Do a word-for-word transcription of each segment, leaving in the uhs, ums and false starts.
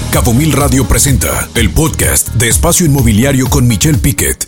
Cabo Mil Radio presenta el podcast de Espacio Inmobiliario con Michelle Piquet.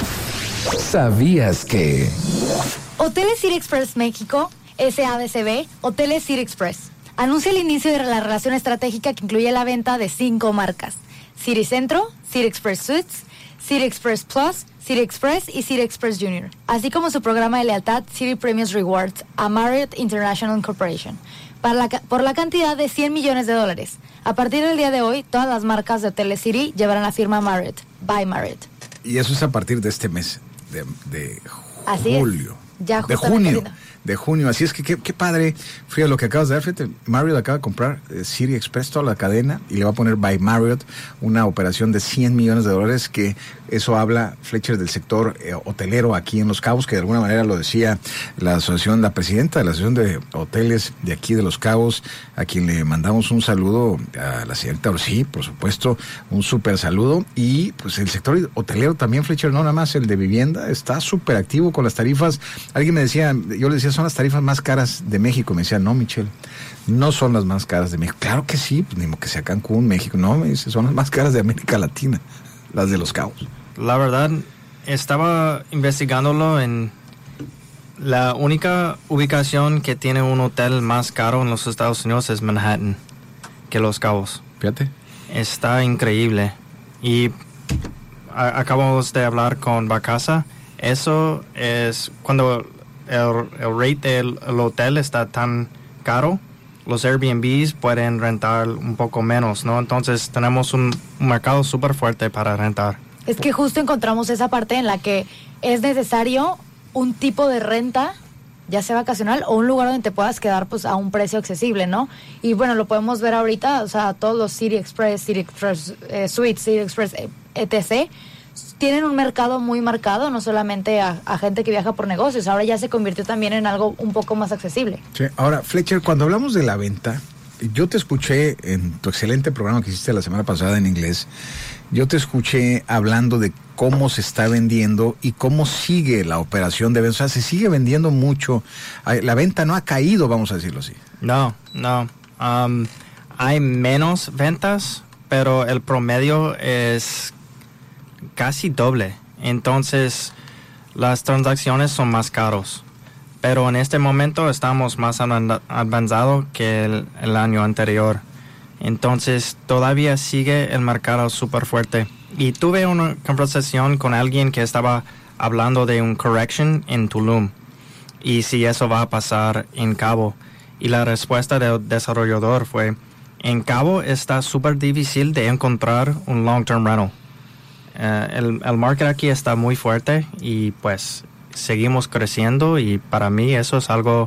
¿Sabías que? Hoteles City Express México, S A D C B, Hoteles City Express, anuncia el inicio de la relación estratégica que incluye la venta de cinco marcas: City Centro, City Express Suites, City Express Plus, City Express y City Express Junior, así como su programa de lealtad City Premium Rewards a Marriott International Corporation, para la, por la cantidad de cien millones de dólares. A partir del día de hoy, todas las marcas de Hoteles City llevarán la firma Marriott, by Marriott. Y eso es a partir de este mes, de, de Así julio. Es. Ya de junio. De junio, así es que qué, qué padre, Frida, lo que acabas de dar. Fíjate, Marriott acaba de comprar eh, City Express, toda la cadena, y le va a poner by Marriott una operación de cien millones de dólares, que eso habla, Fletcher, del sector eh, hotelero aquí en Los Cabos, que de alguna manera lo decía la asociación, la presidenta de la asociación de hoteles de aquí de Los Cabos, a quien le mandamos un saludo, a la señorita Orsi, por supuesto, un súper saludo. Y pues el sector hotelero también, Fletcher, no nada más el de vivienda, está súper activo con las tarifas. Alguien me decía, yo le decía, son las tarifas más caras de México. Me decía, no, Michelle, no son las más caras de México. Claro que sí, pues ni modo que sea Cancún, México. No, me dice, son las más caras de América Latina, las de Los Cabos. La verdad, estaba investigándolo. En la única ubicación que tiene un hotel más caro en los Estados Unidos es Manhattan, que Los Cabos. Fíjate. Está increíble. Y a, acabamos de hablar con Vacasa. Eso es cuando el, el rate del el hotel está tan caro, los Airbnbs pueden rentar un poco menos, ¿no? Entonces tenemos un, un mercado súper fuerte para rentar. Es que justo encontramos esa parte en la que es necesario un tipo de renta, ya sea vacacional o un lugar donde te puedas quedar pues a un precio accesible, ¿no? Y bueno, lo podemos ver ahorita, o sea, todos los City Express, City Express eh, Suites, City Express, eh, etcétera, tienen un mercado muy marcado, no solamente a, a gente que viaja por negocios, ahora ya se convirtió también en algo un poco más accesible. Sí, ahora, Fletcher, cuando hablamos de la venta, yo te escuché en tu excelente programa que hiciste la semana pasada en inglés, yo te escuché hablando de cómo se está vendiendo y cómo sigue la operación de venta. O sea, se sigue vendiendo mucho. La venta no ha caído, vamos a decirlo así. No, no. Um, hay menos ventas, pero el promedio es casi doble. Entonces, las transacciones son más caros. Pero en este momento estamos más avanzados que el, el año anterior. Entonces, todavía sigue el mercado súper fuerte. Y tuve una conversación con alguien que estaba hablando de un correction en Tulum. Y si eso va a pasar en Cabo. Y la respuesta del desarrollador fue, en Cabo está súper difícil de encontrar un long-term rental. Uh, el, el market aquí está muy fuerte y pues seguimos creciendo, y para mí eso es algo,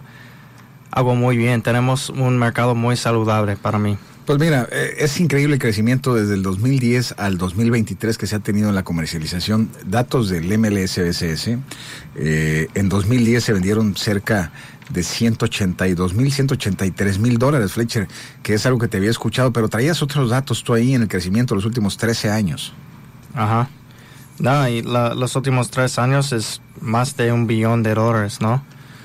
algo muy bien. Tenemos un mercado muy saludable para mí. Pues mira, es increíble el crecimiento desde el dos mil diez al dos mil veintitrés que se ha tenido en la comercialización. Datos del M L S B C S, eh, en dos mil diez se vendieron cerca de ciento ochenta y dos mil, ciento ochenta y tres mil dólares, Fletcher, que es algo que te había escuchado, pero traías otros datos tú ahí en el crecimiento de los últimos trece años. Ajá. No, y la, los últimos tres años es más de un billón de dólares, ¿no?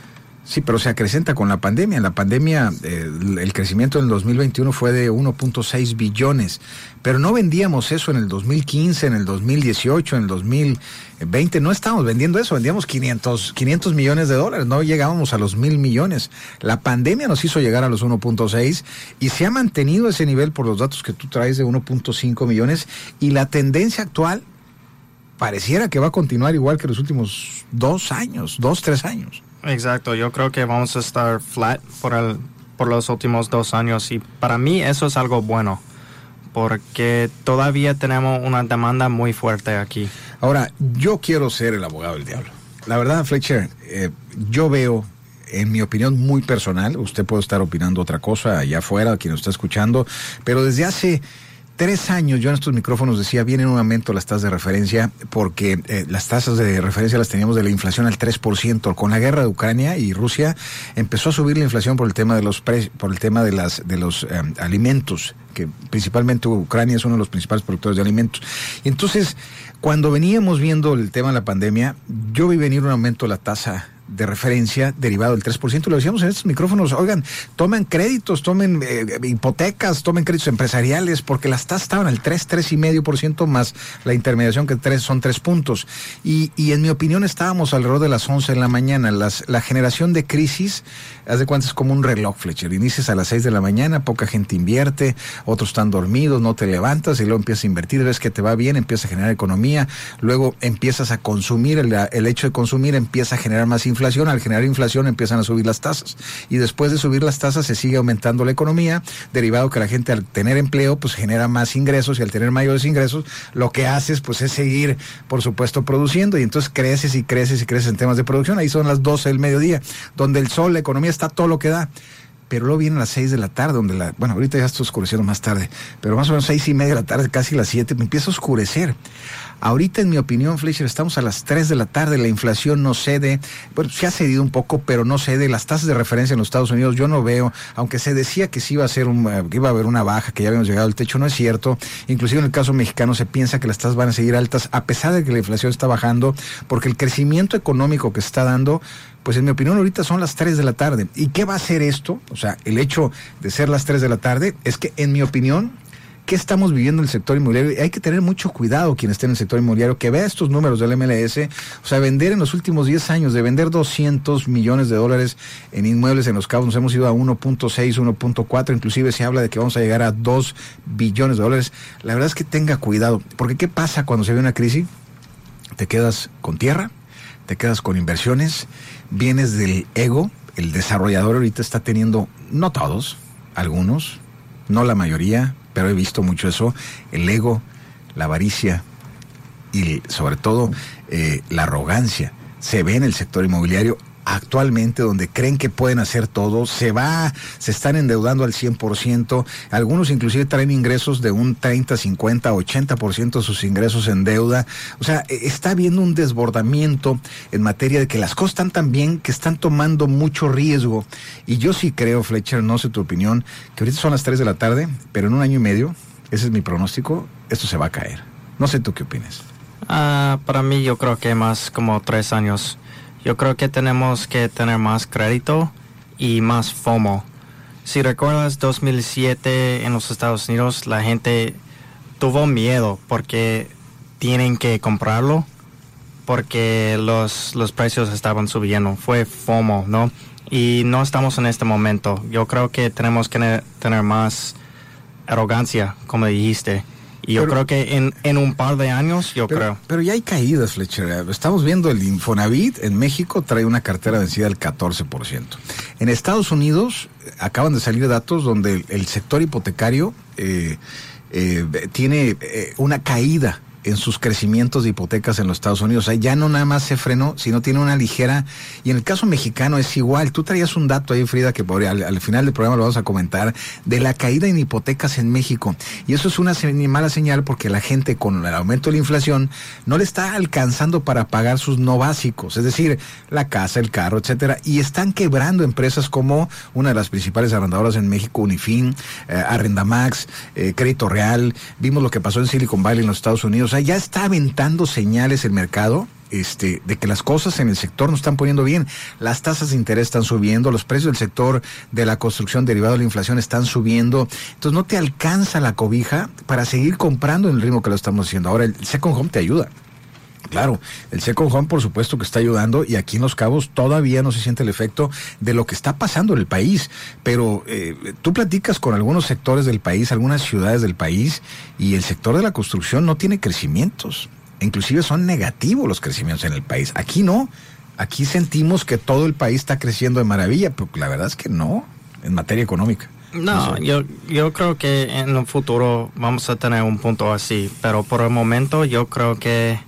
Sí, pero se acrecenta con la pandemia. En la pandemia, eh, el crecimiento en el dos mil veintiuno fue de uno punto seis billones, pero no vendíamos eso en el dos mil quince, en el dos mil dieciocho, en el dos mil veinte, no estábamos vendiendo eso, vendíamos quinientos millones de dólares, no llegábamos a los mil millones. La pandemia nos hizo llegar a los uno punto seis y se ha mantenido ese nivel por los datos que tú traes de uno punto cinco millones, y la tendencia actual pareciera que va a continuar igual que los últimos dos años, dos, tres años. Exacto, yo creo que vamos a estar flat por el por los últimos dos años, y para mí eso es algo bueno, porque todavía tenemos una demanda muy fuerte aquí. Ahora, yo quiero ser el abogado del diablo. La verdad, Fletcher, eh, yo veo, en mi opinión muy personal, usted puede estar opinando otra cosa allá afuera, quien nos está escuchando, pero desde hace tres años yo en estos micrófonos decía, viene un aumento las tasas de referencia, porque eh, las tasas de referencia las teníamos de la inflación al tres por ciento. Con la guerra de Ucrania y Rusia empezó a subir la inflación por el tema de los pre- por el tema de las de los eh, alimentos, que principalmente Ucrania es uno de los principales productores de alimentos. Y entonces, cuando veníamos viendo el tema de la pandemia, yo vi venir un aumento de la tasa de referencia derivado del tres por ciento. Lo decíamos en estos micrófonos, oigan, tomen créditos, tomen eh, hipotecas, tomen créditos empresariales, porque las tasas estaban al tres, tres y medio por ciento más la intermediación, que tres son tres puntos. Y, y en mi opinión estábamos alrededor de las once de la mañana. Las, la generación de crisis, haz de cuenta, es como un reloj, Fletcher. Inicias a las seis de la mañana, poca gente invierte, otros están dormidos, no te levantas y luego empiezas a invertir, ves que te va bien, empiezas a generar economía, luego empiezas a consumir, el, el hecho de consumir empieza a generar más inflación, al generar inflación empiezan a subir las tasas y después de subir las tasas se sigue aumentando la economía, derivado que la gente al tener empleo pues genera más ingresos y al tener mayores ingresos lo que haces pues es seguir por supuesto produciendo y entonces creces y creces y creces en temas de producción. Ahí son las doce del mediodía, donde el sol, la economía está todo lo que da. Pero luego vienen las seis de la tarde, donde la, bueno, ahorita ya está oscureciendo más tarde, pero más o menos seis y media de la tarde, casi las siete, me empieza a oscurecer. Ahorita, en mi opinión, Fletcher, estamos a las tres de la tarde, la inflación no cede, bueno, se ha cedido un poco, pero no cede. Las tasas de referencia en los Estados Unidos, yo no veo, aunque se decía que sí iba a ser un, que iba a haber una baja, que ya habíamos llegado al techo, no es cierto. Inclusive en el caso mexicano se piensa que las tasas van a seguir altas, a pesar de que la inflación está bajando, porque el crecimiento económico que se está dando, pues en mi opinión ahorita son las tres de la tarde. ¿Y qué va a hacer esto? O sea, el hecho de ser las tres de la tarde es que, en mi opinión, ¿qué estamos viviendo en el sector inmobiliario? Hay que tener mucho cuidado quien esté en el sector inmobiliario, que vea estos números del M L S, o sea, vender en los últimos diez años, de vender doscientos millones de dólares en inmuebles en Los Cabos, nos hemos ido a uno punto seis, uno punto cuatro, inclusive se habla de que vamos a llegar a dos billones de dólares. La verdad es que tenga cuidado, porque ¿qué pasa cuando se ve una crisis? Te quedas con tierra, te quedas con inversiones, vienes del ego. El desarrollador ahorita está teniendo, no todos, algunos, no la mayoría, pero he visto mucho eso, el ego, la avaricia y sobre todo eh, la arrogancia. Se ve en el sector inmobiliario actualmente, donde creen que pueden hacer todo, se va, se están endeudando al cien por ciento, algunos inclusive traen ingresos de un treinta, cincuenta, ochenta por ciento de sus ingresos en deuda. O sea, está habiendo un desbordamiento en materia de que las cosas están tan bien que están tomando mucho riesgo. Y yo sí creo, Fletcher, no sé tu opinión, que ahorita son las tres de la tarde, pero en un año y medio, ese es mi pronóstico, esto se va a caer. No sé tú qué opinas. Uh, para mí yo creo que más como tres años. Yo creo que tenemos que tener más crédito y más FOMO. Si recuerdas, dos mil siete en los Estados Unidos, la gente tuvo miedo porque tienen que comprarlo, porque los, los precios estaban subiendo. Fue FOMO, ¿no? Y no estamos en este momento. Yo creo que tenemos que ne- tener más arrogancia, como dijiste. Y yo pero, creo que en, en un par de años, yo pero, creo. Pero ya hay caídas, Fletcher. Estamos viendo el Infonavit en México trae una cartera vencida del catorce por ciento. En Estados Unidos acaban de salir datos donde el, el sector hipotecario eh, eh, tiene eh, una caída en sus crecimientos de hipotecas en los Estados Unidos. O sea, ya no nada más se frenó, sino tiene una ligera, y en el caso mexicano es igual. Tú traías un dato ahí, Frida, que por, al, al final del programa lo vamos a comentar, de la caída en hipotecas en México. Y eso es una se- mala señal, porque la gente, con el aumento de la inflación, no le está alcanzando para pagar sus no básicos, es decir, la casa, el carro, etcétera, y están quebrando empresas como una de las principales arrendadoras en México, Unifin, eh, Arrendamax, eh, Crédito Real. Vimos lo que pasó en Silicon Valley en los Estados Unidos. O sea, ya está aventando señales el mercado este, de que las cosas en el sector no están poniendo bien. Las tasas de interés están subiendo, los precios del sector de la construcción derivado de la inflación están subiendo. Entonces no te alcanza la cobija para seguir comprando en el ritmo que lo estamos haciendo. Ahora, el Second Home te ayuda. Claro, el Second Home por supuesto que está ayudando, y aquí en Los Cabos todavía no se siente el efecto de lo que está pasando en el país, pero eh, tú platicas con algunos sectores del país, algunas ciudades del país, y el sector de la construcción no tiene crecimientos, inclusive son negativos los crecimientos en el país. Aquí no, aquí sentimos que todo el país está creciendo de maravilla, pero la verdad es que no, en materia económica. No, sí. yo, yo creo que en un futuro vamos a tener un punto así, pero por el momento yo creo que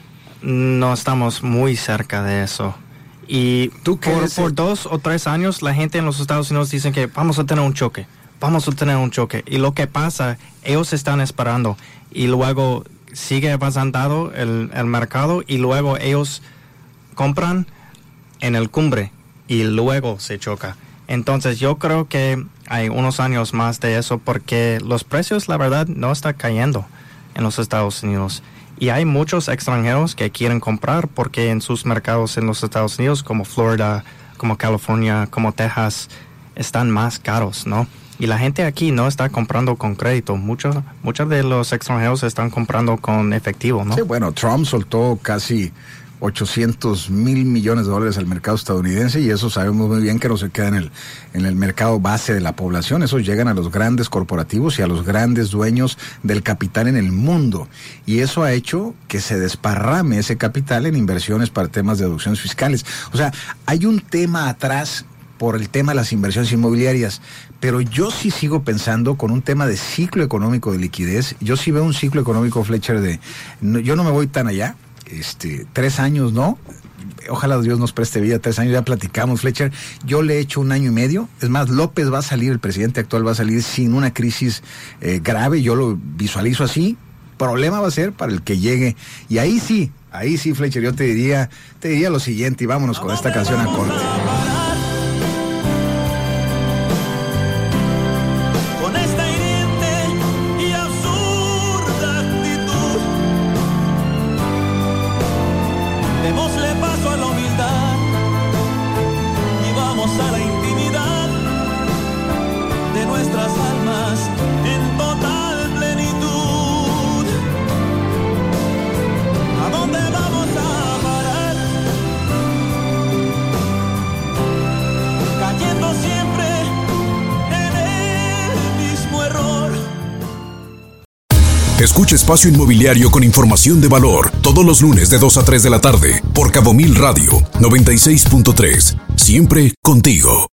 no estamos muy cerca de eso. Y ¿Tú por, por dos o tres años la gente en los Estados Unidos dicen que vamos a tener un choque, vamos a tener un choque. Y lo que pasa, ellos están esperando y luego sigue avanzando el, el mercado y luego ellos compran en el cumbre y luego se choca. Entonces yo creo que hay unos años más de eso porque los precios, la verdad, no están cayendo en los Estados Unidos. Y hay muchos extranjeros que quieren comprar porque en sus mercados en los Estados Unidos, como Florida, como California, como Texas, están más caros, ¿no? Y la gente aquí no está comprando con crédito. Muchos muchos de los extranjeros están comprando con efectivo, ¿no? Sí, bueno, Trump soltó casi ochocientos mil millones de dólares al mercado estadounidense y eso sabemos muy bien que no se queda en el, en el mercado base de la población. Esos llegan a los grandes corporativos y a los grandes dueños del capital en el mundo. Y eso ha hecho que se desparrame ese capital en inversiones para temas de deducciones fiscales. O sea, hay un tema atrás por el tema de las inversiones inmobiliarias, pero yo sí sigo pensando con un tema de ciclo económico de liquidez. Yo sí veo un ciclo económico, Fletcher, de no, yo no me voy tan allá, este, tres años, ¿no? Ojalá Dios nos preste vida, tres años, ya platicamos, Fletcher. Yo le he hecho un año y medio. Es más, López va a salir, el presidente actual va a salir sin una crisis eh, grave, yo lo visualizo así. Problema va a ser para el que llegue. Y ahí sí, ahí sí, Fletcher, yo te diría, te diría lo siguiente, y vámonos con esta canción a corte. Escucha Espacio Inmobiliario con información de valor todos los lunes de dos a tres de la tarde por Cabo Mil Radio noventa y seis punto tres. Siempre contigo.